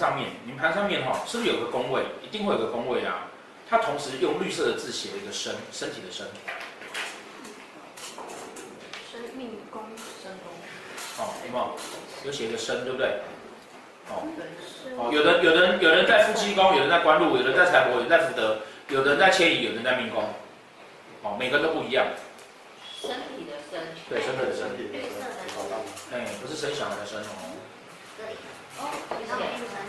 上面，你们盘上面是不是有个宫位？一定会有个宫位啊。它同时用绿色的字写了一个身，身体的身。 生命宫， 身宫。 有没有？有写一个身，对不对？有人在夫妻宫，有人在官禄，有人在财帛，有人在福德，有人在迁移，有人在命宫。每个都不一样。 身体的身。 对，身体的身。 绿色的。 不是生小孩的生哦。 这里。 哦，绿色。 绿色。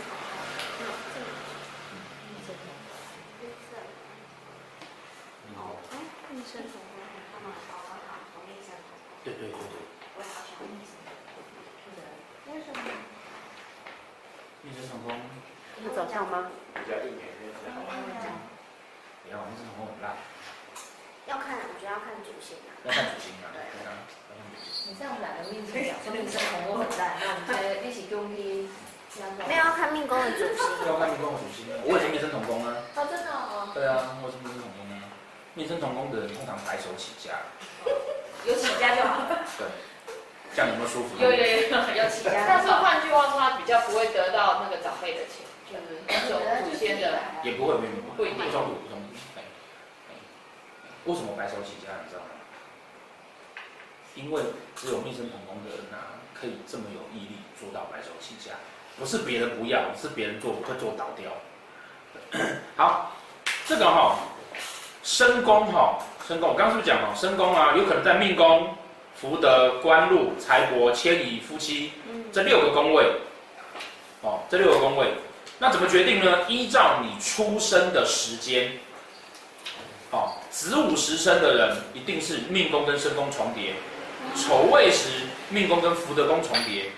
命生同宫， 他们好，同命生同宫。 对。 我也好喜欢命生。 为什么？ 命生同宫。 是早上吗？ 比较硬一点，比较好玩。 不要，命生同宫很烂。 要看，我觉得要看主星啊。 要看主星啊。对啊。 你这样两个命生讲说命生同宫很烂，那我们在一起用力。 没有要看命宫的主星。 要看命宫的主星，我也是命生同宫啊。 哦，真的哦。 对啊，我也是命生同宫啊。命生同宫的人通常白手起家。 有起家就好。 对。这样有没有舒服？ 有起家。但是换句话说，他比较不会得到那个长辈的钱，就是那种祖先的。 也不会，不一定，不冲突。为什么白手起家？你知道吗？因为只有命生同宫的人啊，可以这么有毅力做到白手起家，不是别人不要，是别人会做倒掉。好，这个身宫身宫，我刚刚是不是讲身宫啊，有可能在命宫、福德、官禄、财帛、迁移、夫妻这6个宫位。这6个宫位，那怎么决定呢？依照你出生的时间。子午时生的人一定是命宫跟身宫重叠，丑未时命宫跟福德宫重叠。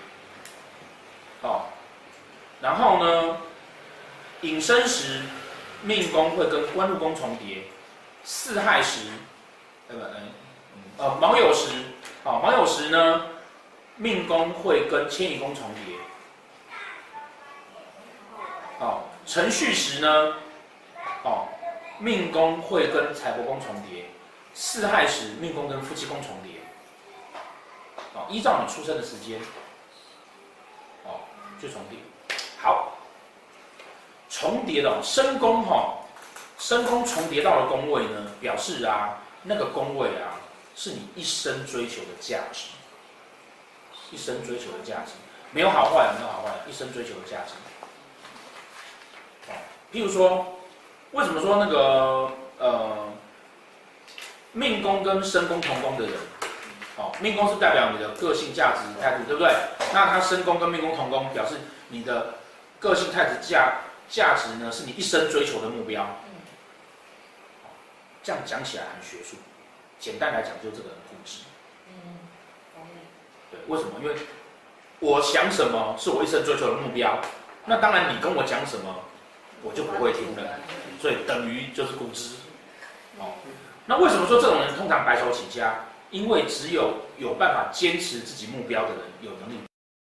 然后呢，寅申时命宫会跟官禄宫重叠，巳亥时，卯酉时，卯酉时呢，命宫会跟迁移宫重叠。辰戌时呢，命宫会跟财帛宫重叠，巳亥时命宫跟夫妻宫重叠。依照你出生的时间，就重叠。好，重叠的身宫身宫重叠到的宫位呢，表示啊，那个宫位啊，是你一生追求的价值，一生追求的价值，没有好坏，一生追求的价值。譬如说，为什么说那个命宫跟身宫同宫的人，命宫是代表你的个性、价值、态度，对不对？那他身宫跟命宫同宫，表示你的个性、态质、价值呢，是你一生追求的目标。这样讲起来很学术，简单来讲，就这个人固执。对，为什么？因为我想什么是我一生追求的目标，那当然你跟我讲什么，我就不会听了，所以等于就是固执。那为什么说这种人通常白手起家？因为只有办法坚持自己目标的人有能力。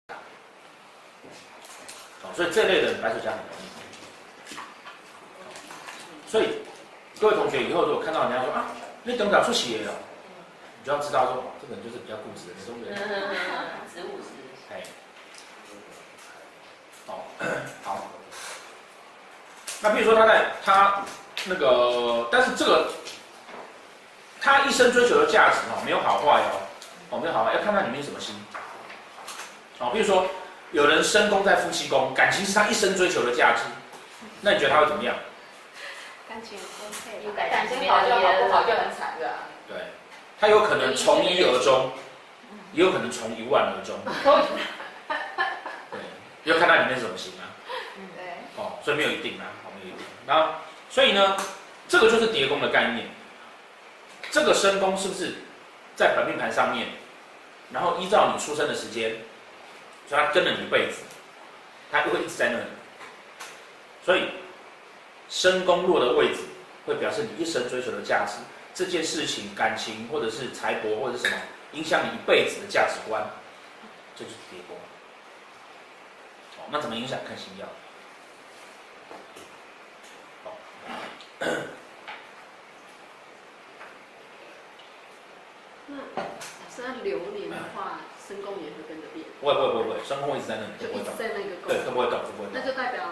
所以这类人白手起家很容易。所以各位同学以后如果看到人家说啊，你等下出血了，你就要知道说，这个人就是比较固执的那种人。 子午时。 好。那比如说他那个，但是这个他一生追求的价值没有好坏没有好坏，要看他里面什么心。比如说有人身宫在夫妻宫，感情是他一生追求的价值，那你觉得他会怎么样？ 感情分配， 有感情好就好，不好就很惨的。 对，他有可能从一而终，也有可能从1万而终。对，要看他里面是什么心啊。 对。 所以没有一定啊，没有一定。那所以呢，这个就是叠宫的概念。这个身宫是不是在本命盘上面，然后依照你出生的时间，所以它跟了你一辈子，它会一直在那里。所以身宫落的位置，会表示你一生追求的价值，这件事情、感情或者是财帛或者是什么，影响你一辈子的价值观，这就是叠宫。那怎么影响？看星曜。 那是要流年的话，身宫也会跟着变。 不会，身宫会一直在那里， 就一直在那个宫。 对，都不会动， 那就代表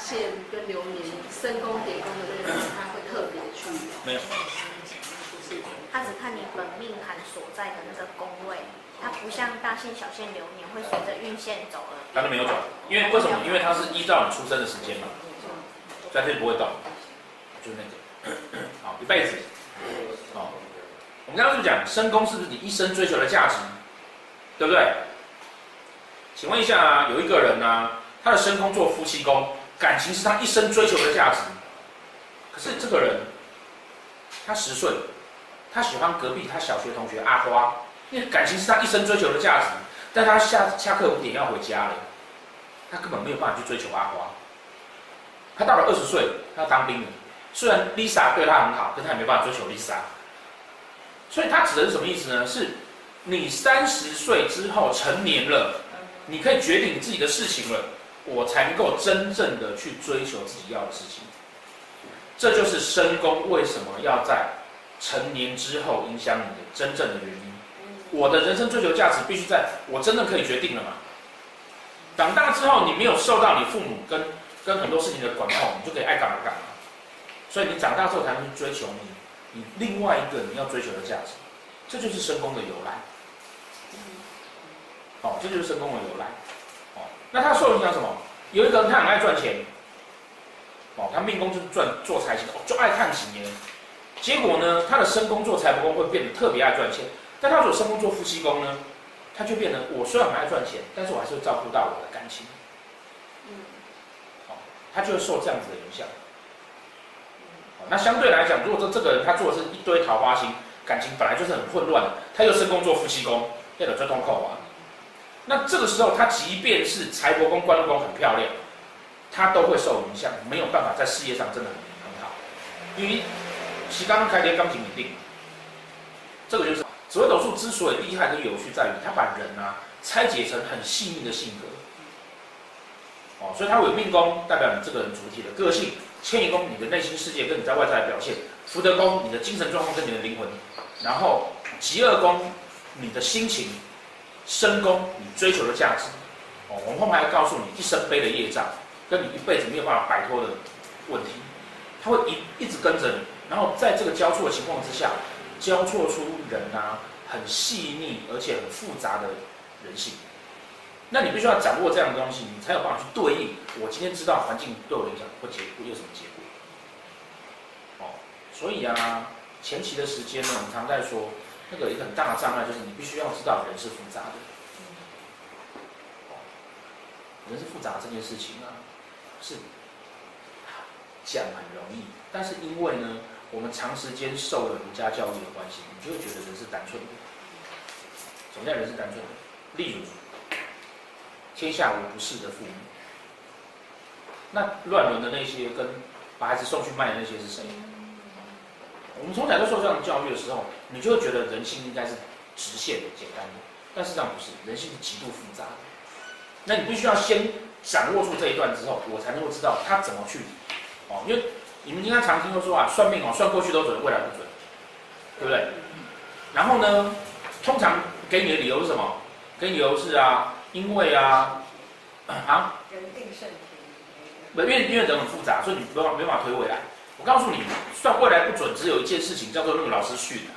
线跟流年申宫点宫的那个人，他会特别去。 没有， 他只看你本命盘所在的那个宫位，它不像大限、小限、流年会随着运线走而它都没有走，因为为什么？因为它是依照你出生的时间嘛，所以它就不会动，就是那个，好，一辈子，好，我们刚刚是不是讲申宫是不是你一生追求的价值，对不对？请问一下啊，有一个人啊，他的申宫做夫妻宫，感情是他一生追求的价值，可是这个人，他10岁，他喜欢隔壁他小学同学阿花，因为感情是他一生追求的价值，但他下课5点要回家了，他根本没有办法去追求阿花。他到了20岁，他要当兵了，虽然 Lisa 对他很好，但他也没办法追求 Lisa。所以他指的是什么意思呢？是你30岁之后成年了，你可以决定自己的事情了，我才能够真正的去追求自己要的事情。这就是申宫为什么要在成年之后影响你的真正的原因。我的人生追求价值必须在我真正可以决定了嘛。长大之后，你没有受到你父母跟很多事情的管控，你就可以爱干嘛干嘛。所以你长大之后才能去追求你另外一个你要追求的价值，这就是申宫的由来。哦，这就是申宫的由来。哦，那他受影响什么？有一个人他很爱赚钱，哦，他命宫就是做财星，就爱看几年。结果呢，他的申宫做财帛宫会变得特别爱赚钱，但他如果申宫做夫妻宫呢，他就变成我虽然很爱赚钱，但是我还是会照顾到我的感情。哦，他就会受这样子的影响。那相对来讲，如果这个人他做的是一堆桃花星，感情本来就是很混乱的，他又申宫做夫妻宫，要有追通扣啊。那这个时候，他即便是财帛宫、官禄宫很漂亮，他都会受影响，没有办法在事业上真的很好。因为其刚刚开的钢琴稳定，这个就是紫微斗数之所以厉害跟有趣在于，他把人啊拆解成很细腻的性格。哦，所以他有命宫代表你这个人主体的个性。迁移宫，你的内心世界跟你在外在的表现；福德宫，你的精神状况跟你的灵魂；然后疾厄宫，你的心情；身宫，你追求的价值。哦，我们后面还要告诉你一生背的业障，跟你一辈子没有办法摆脱的问题，它会一直跟着你。然后在这个交错的情况之下，交错出人啊很细腻而且很复杂的人性。那你必须要掌握这样的东西，你才有办法去对应。我今天知道环境对我的影响会有什么结果？哦，所以啊，前期的时间呢，我们常在说，那个一个很大的障碍就是你必须要知道人是复杂的。人是复杂这件事情啊，是讲很容易，但是因为呢，我们长时间受了儒家教育的关系，你就会觉得人是单纯的。什么叫人是单纯的？例如。天下无不是的父母，那乱伦的那些跟把孩子送去卖的那些是谁？我们从小就受这样的教育的时候，你就会觉得人性应该是直线的、简单的，但事实上不是，人性是极度复杂的。那你必须要先掌握住这一段之后，我才能够知道他怎么去哦，因为你们应该常听说啊，算命哦，算过去都准，未来不准，对不对？然后呢，通常给你的理由是什么？给你的理由是啊。因为啊， 人定胜天，因为人很复杂，所以你没办法推未来。我告诉你，算未来不准，只有一件事情，叫做那个老师训啊，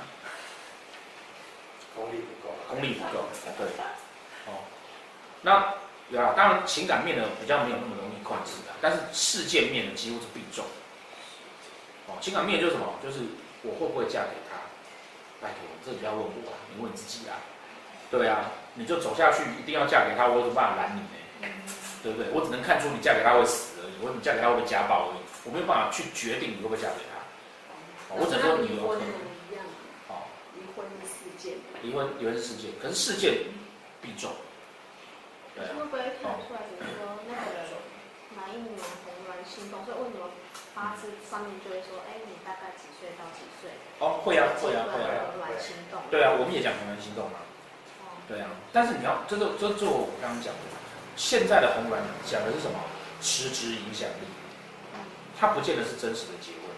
功力不够， 功力不够，对，哦，那有啊，当然情感面的比较没有那么容易控制的，但是事件面的几乎是必中。哦，情感面就是什么？就是我会不会嫁给他？拜托，这不要问我啊，你问你自己啊。对啊，你就走下去，一定要嫁给他，我有什么办法拦你呢？对不对？我只能看出你嫁给他会死而已，或者你嫁给他会被家暴而已，我没有办法去决定你会不会嫁给他。我只能说你有可能。 哦，离婚是事件。 离婚是事件，可是事件必中。 对啊。会不会看出来，比如说那个人哪一年红鸾心动，所以为什么八字上面就会说，哎，你大概几岁到几岁？ 哦，会啊。 红鸾心动。 对啊，我们也讲红鸾心动嘛。对啊，但是你要这我刚刚讲的，现在的红鸾讲的是什么？实质影响力，它不见得是真实的结论。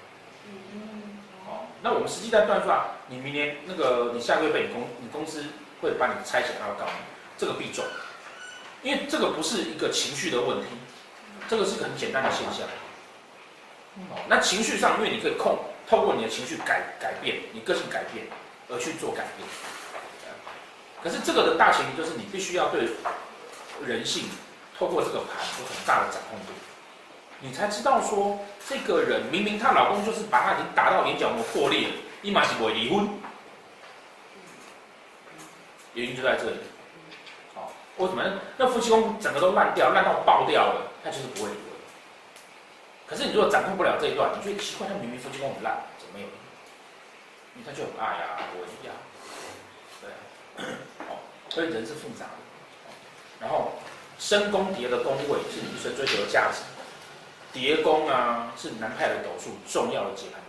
哦，那我们实际在断算，你明年那个你下个月被你公司会把你拆起来，他会告你，这个必中，因为这个不是一个情绪的问题， 这个是个很简单的现象。那情绪上，因为你可以透过你的情绪改变，你个性改变而去做改变。可是这个的大前提就是你必须要对人性透过这个盘有很大的掌控度，你才知道说这个人明明她老公就是把她已经打到眼角膜破裂了，伊嘛是不会离婚，原因就在这里。好，为什么？那夫妻宫整个都烂掉，烂到爆掉了，他就是不会离婚。可是你如果掌控不了这一段，你觉得奇怪，他明明夫妻宫很烂，怎么没有离婚？因为他就很爱啊，我一样。对啊，好，所以人是复杂的。然后身宫叠的宫位是女生追求的价值，叠宫啊是南派的斗数重要的节拍